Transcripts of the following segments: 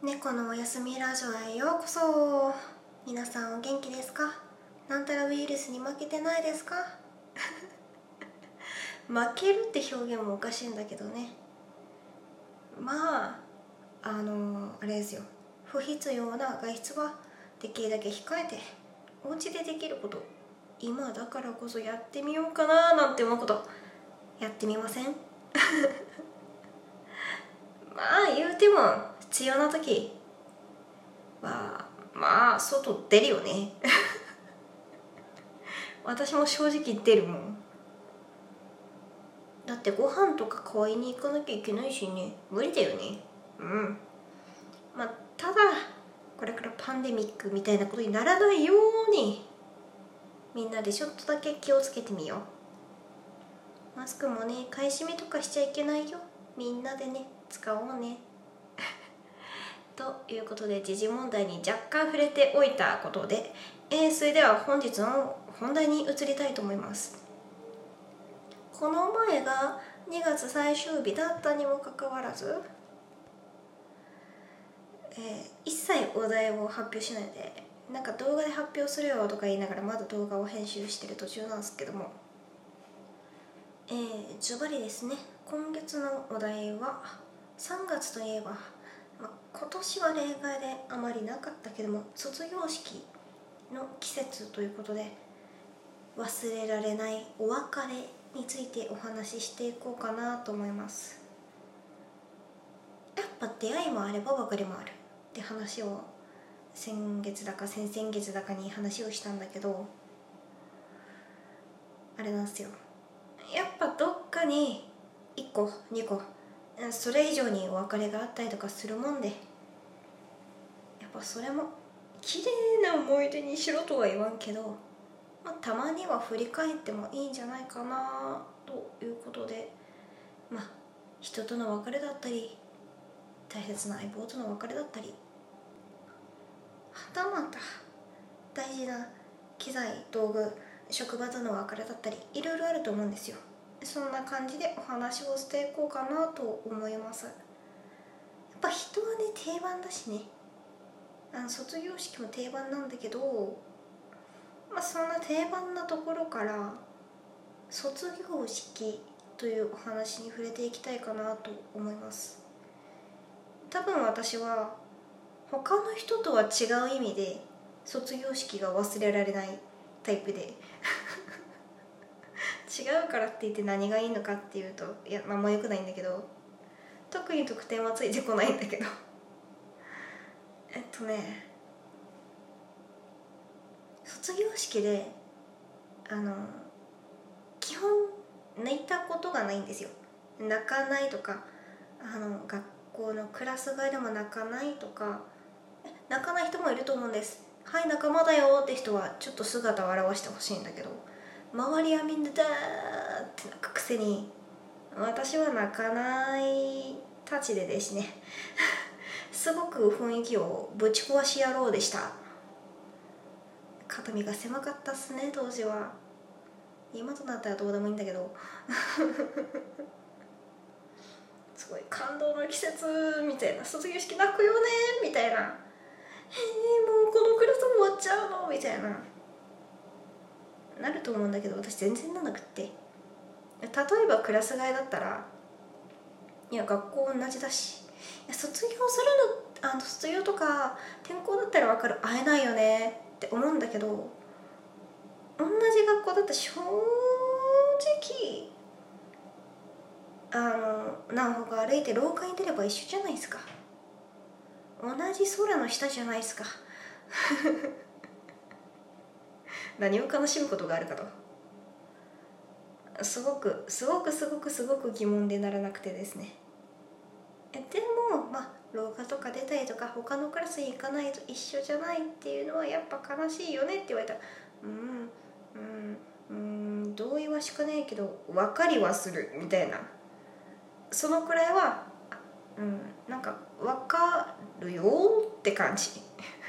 猫のおやすみラジオへようこそ。皆さんお元気ですか？なんたらウイルスに負けてないですか？負けるって表現もおかしいんだけどね。あれですよ、不必要な外出はできるだけ控えて、お家でできること、今だからこそやってみようかななんて思うことやってみません？言うても必要な時は外出るよね。私も正直出るもん。だってご飯とか買いに行かなきゃいけないしね、無理だよね。ただこれからパンデミックみたいなことにならないように、みんなでちょっとだけ気をつけてみよう。マスクもね、買い占めとかしちゃいけないよ。みんなでね、使おうね。ということで、時事問題に若干触れておいたことで、それでは本日の本題に移りたいと思います。この前が2月最終日だったにもかかわらず、一切お題を発表しないで、なんか動画で発表するよとか言いながらまだ動画を編集してる途中なんですけども、ズバリですね、今月のお題は3月といえば、今年は例外であまりなかったけども、卒業式の季節ということで、忘れられないお別れについてお話ししていこうかなと思います。やっぱ出会いもあれば別れもあるって話を先月だか先々月だかに話をしたんだけど、あれなんですよ、やっぱどっかに1個2個それ以上にお別れがあったりとかするもんで、やっぱそれも綺麗な思い出にしろとは言わんけど、たまには振り返ってもいいんじゃないかなということで、人との別れだったり、大切な相棒との別れだったり、はたまた大事な機材道具、職場との別れだったり、いろいろあると思うんですよ。そんな感じでお話をしていこうかなと思います。やっぱ人はね、定番だしね。卒業式も定番なんだけど、そんな定番なところから卒業式というお話に触れていきたいかなと思います。多分私は他の人とは違う意味で卒業式が忘れられないタイプで違うからって言って何がいいのかっていうと、何も良くないんだけど、特に得点はついてこないんだけど卒業式で基本泣いたことがないんですよ。泣かないとか、学校のクラス替えでも泣かないとか、泣かない人もいると思うんです。はい、仲間だよって人はちょっと姿を現してほしいんだけど、周りはみんなダーって泣くくせに、私は泣かないたちでですねすごく雰囲気をぶち壊し野郎でした。肩身が狭かったっすね、当時は。今となったらどうでもいいんだけどすごい感動の季節みたいな、卒業式泣くよねみたいな、もうこのクラスも終わっちゃうのみたいななると思うんだけど、私全然ならなくって、例えばクラス替えだったら、学校同じだし、卒業するの卒業とか転校だったら分かる、会えないよねって思うんだけど、同じ学校だったら正直何歩か歩いて廊下に出れば一緒じゃないですか。同じ空の下じゃないですか何を悲しむことがあるかと、すごく疑問でならなくてですね。でも廊下とか出たりとか他のクラスに行かないと一緒じゃないっていうのはやっぱ悲しいよねって言われたら、同意はしかないけど分かりはするみたいな、そのくらいはなんか分かるよって感じ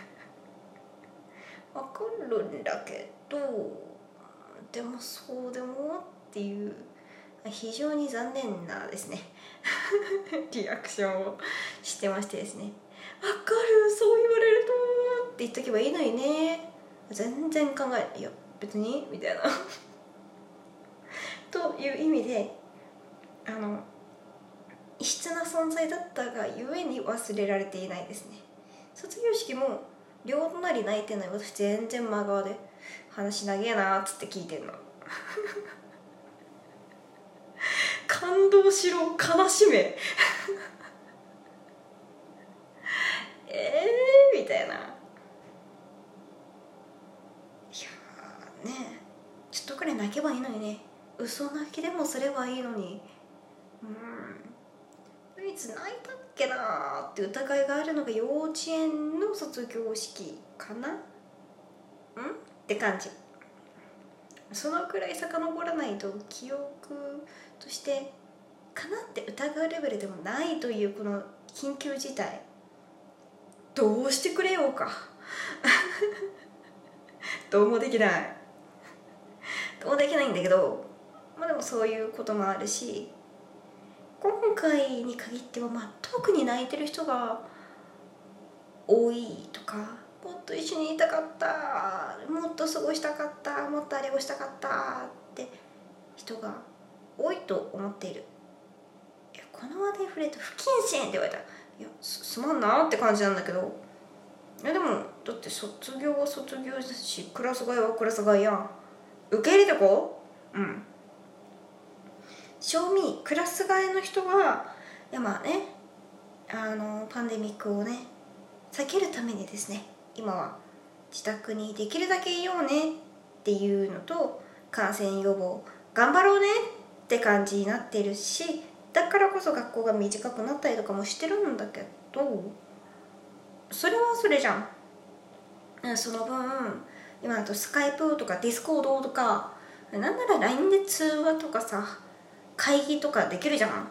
分かるんだけど、でもそうでもっていう非常に残念なですねリアクションをしてましてですね、 かる、そう言われるとって言っとけばいいのにね。全然考え、いや別にみたいなという意味で異質な存在だったがゆえに忘れられていないですね。卒業式も両隣泣いてない、私全然真顔で話長えなーっつって聞いてんの感動しろ悲しめみたいな。いやーね、ちょっとくらい泣けばいいのにね。嘘泣きでもすればいいのに。いつ泣いたっけなーって疑いがあるのが幼稚園の卒業式かなって感じ。そのくらい遡らないと記憶としてかなって疑うレベルでもないというこの緊急事態、どうしてくれようかどうもできないんだけど、でもそういうこともあるし、今回に限っては特に泣いてる人が多いとか、もっと一緒にいたかった、もっと過ごしたかった、もっとあれをしたかったって人が多いと思っている。いや、この話題触れると不謹慎って言われたら、いや すまんなって感じなんだけど、いやでもだって卒業は卒業だし、クラス替えはクラス替えやん、受け入れてこう。正味クラス替えの人はいやパンデミックをね避けるためにですね、今は自宅にできるだけいようねっていうのと、感染予防頑張ろうねって感じになってるし、だからこそ学校が短くなったりとかもしてるんだけど、それはそれじゃん。その分今だとスカイプとかディスコードとか、なんなら LINE で通話とかさ、会議とかできるじゃん。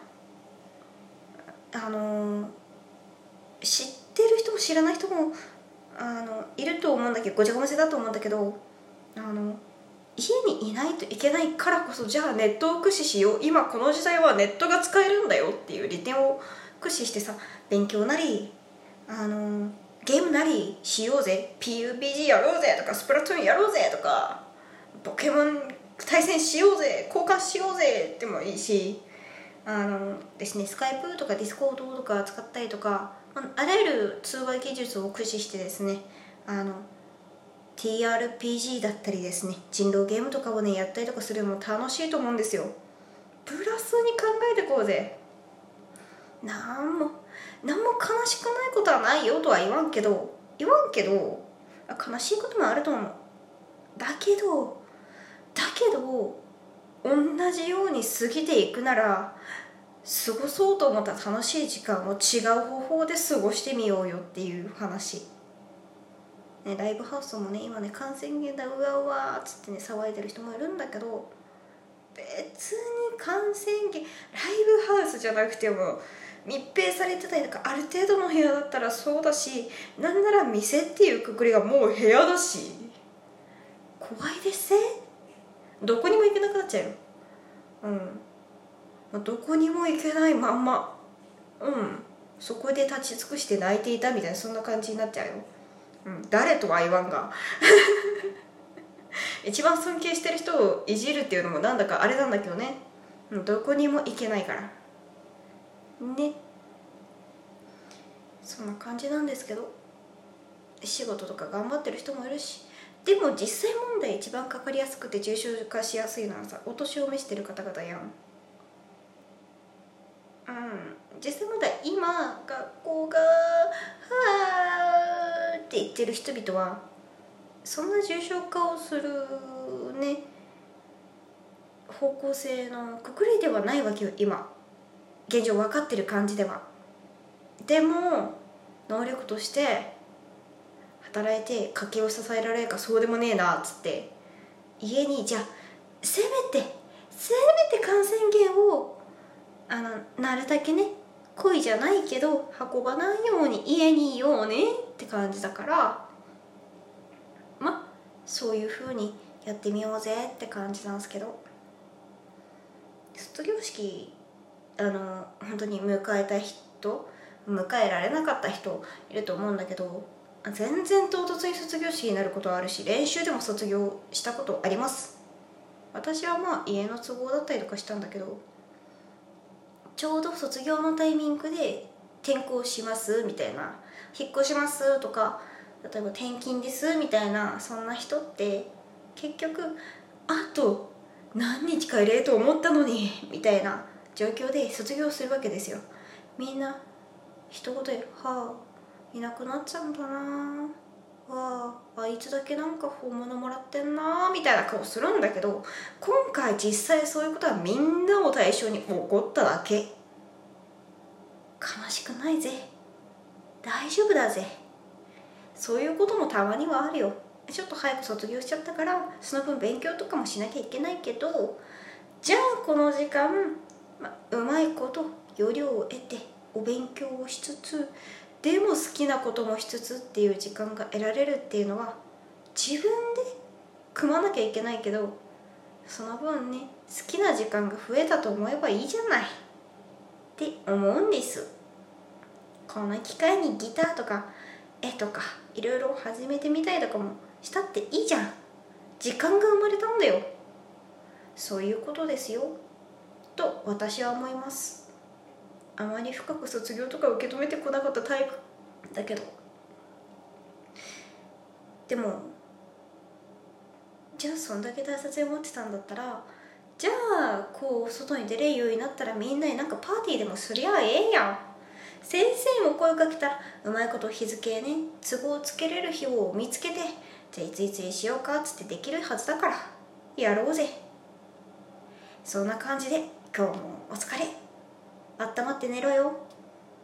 知ってる人も知らない人もいると思うんだけど、ごちゃごちゃだと思うんだけど、家にいないといけないからこそ、じゃあネットを駆使しよう、今この時代はネットが使えるんだよっていう利点を駆使してさ、勉強なりゲームなりしようぜ、 PUBG やろうぜとか、スプラトゥーンやろうぜとか、ポケモン対戦しようぜ、交換しようぜでもいいし、ですね、スカイプとかディスコードとか使ったりとか、あらゆる通話技術を駆使してですね、TRPG だったりですね、人狼ゲームとかをねやったりとかするのも楽しいと思うんですよ。プラスに考えてこうぜ。なんも悲しくないことはないよとは言わんけど悲しいこともあると思う。だけど同じように過ぎていくなら、過ごそうと思った楽しい時間を違う方法で過ごしてみようよっていう話、ね、ライブハウスもね今ね感染源だうわうわっつってね騒いでる人もいるんだけど、別に感染源ライブハウスじゃなくても密閉されてたりとか、ある程度の部屋だったらそうだし、なんなら店っていうくくりがもう部屋だし、怖いですね。どこにも行けなくなっちゃうよ。どこにも行けないまんまそこで立ち尽くして泣いていたみたいな、そんな感じになっちゃうよ。誰とは言わんが一番尊敬してる人をいじるっていうのもなんだかあれなんだけどね、どこにも行けないからね。そんな感じなんですけど、仕事とか頑張ってる人もいるし、でも実際問題一番かかりやすくて重症化しやすいのはさ、お年を召してる方々やん。実際問題今学校がはーって言ってる人々はそんな重症化をするね方向性のくくりではないわけよ。今現状分かってる感じでは。でも能力として働いて家計を支えられるか、そうでもねえなっつって家に、じゃあせめて感染源をなるだけね恋じゃないけど運ばないように家にいようねって感じだから、そういう風にやってみようぜって感じなんですけど、卒業式本当に迎えた人迎えられなかった人いると思うんだけど、全然唐突に卒業式になることはあるし、練習でも卒業したことあります。私はまあ家の都合だったりとかしたんだけど、ちょうど卒業のタイミングで転校しますみたいな、引っ越しますとか、例えば転勤ですみたいな、そんな人って結局あと何日帰れと思ったのにみたいな状況で卒業するわけですよ。みんな一言で「はあ、いなくなっちゃうんだな、わあ、あいつだけなんか本物もらってんな」みたいな顔するんだけど、今回実際そういうことはみんなを対象に起こっただけ。悲しくないぜ、大丈夫だぜ。そういうこともたまにはあるよ。ちょっと早く卒業しちゃったからその分勉強とかもしなきゃいけないけど、じゃあこの時間、うまいこと要領を得てお勉強をしつつ、でも好きなこともしつつっていう時間が得られるっていうのは、自分で組まなきゃいけないけど、その分ね、好きな時間が増えたと思えばいいじゃないって思うんです。この機会にギターとか絵とかいろいろ始めてみたいとかもしたっていいじゃん。時間が生まれたんだよ。そういうことですよと私は思います。あまり深く卒業とか受け止めてこなかったタイプだけど、でもじゃあそんだけ大切に思ってたんだったら、じゃあこう外に出れるようになったら、みんなになんかパーティーでもすりゃええやん。先生も声かけたらうまいこと日付ね、都合つけれる日を見つけて、じゃあいついつにしようかっつってできるはずだからやろうぜ。そんな感じで今日もお疲れ。あったまって寝ろよ。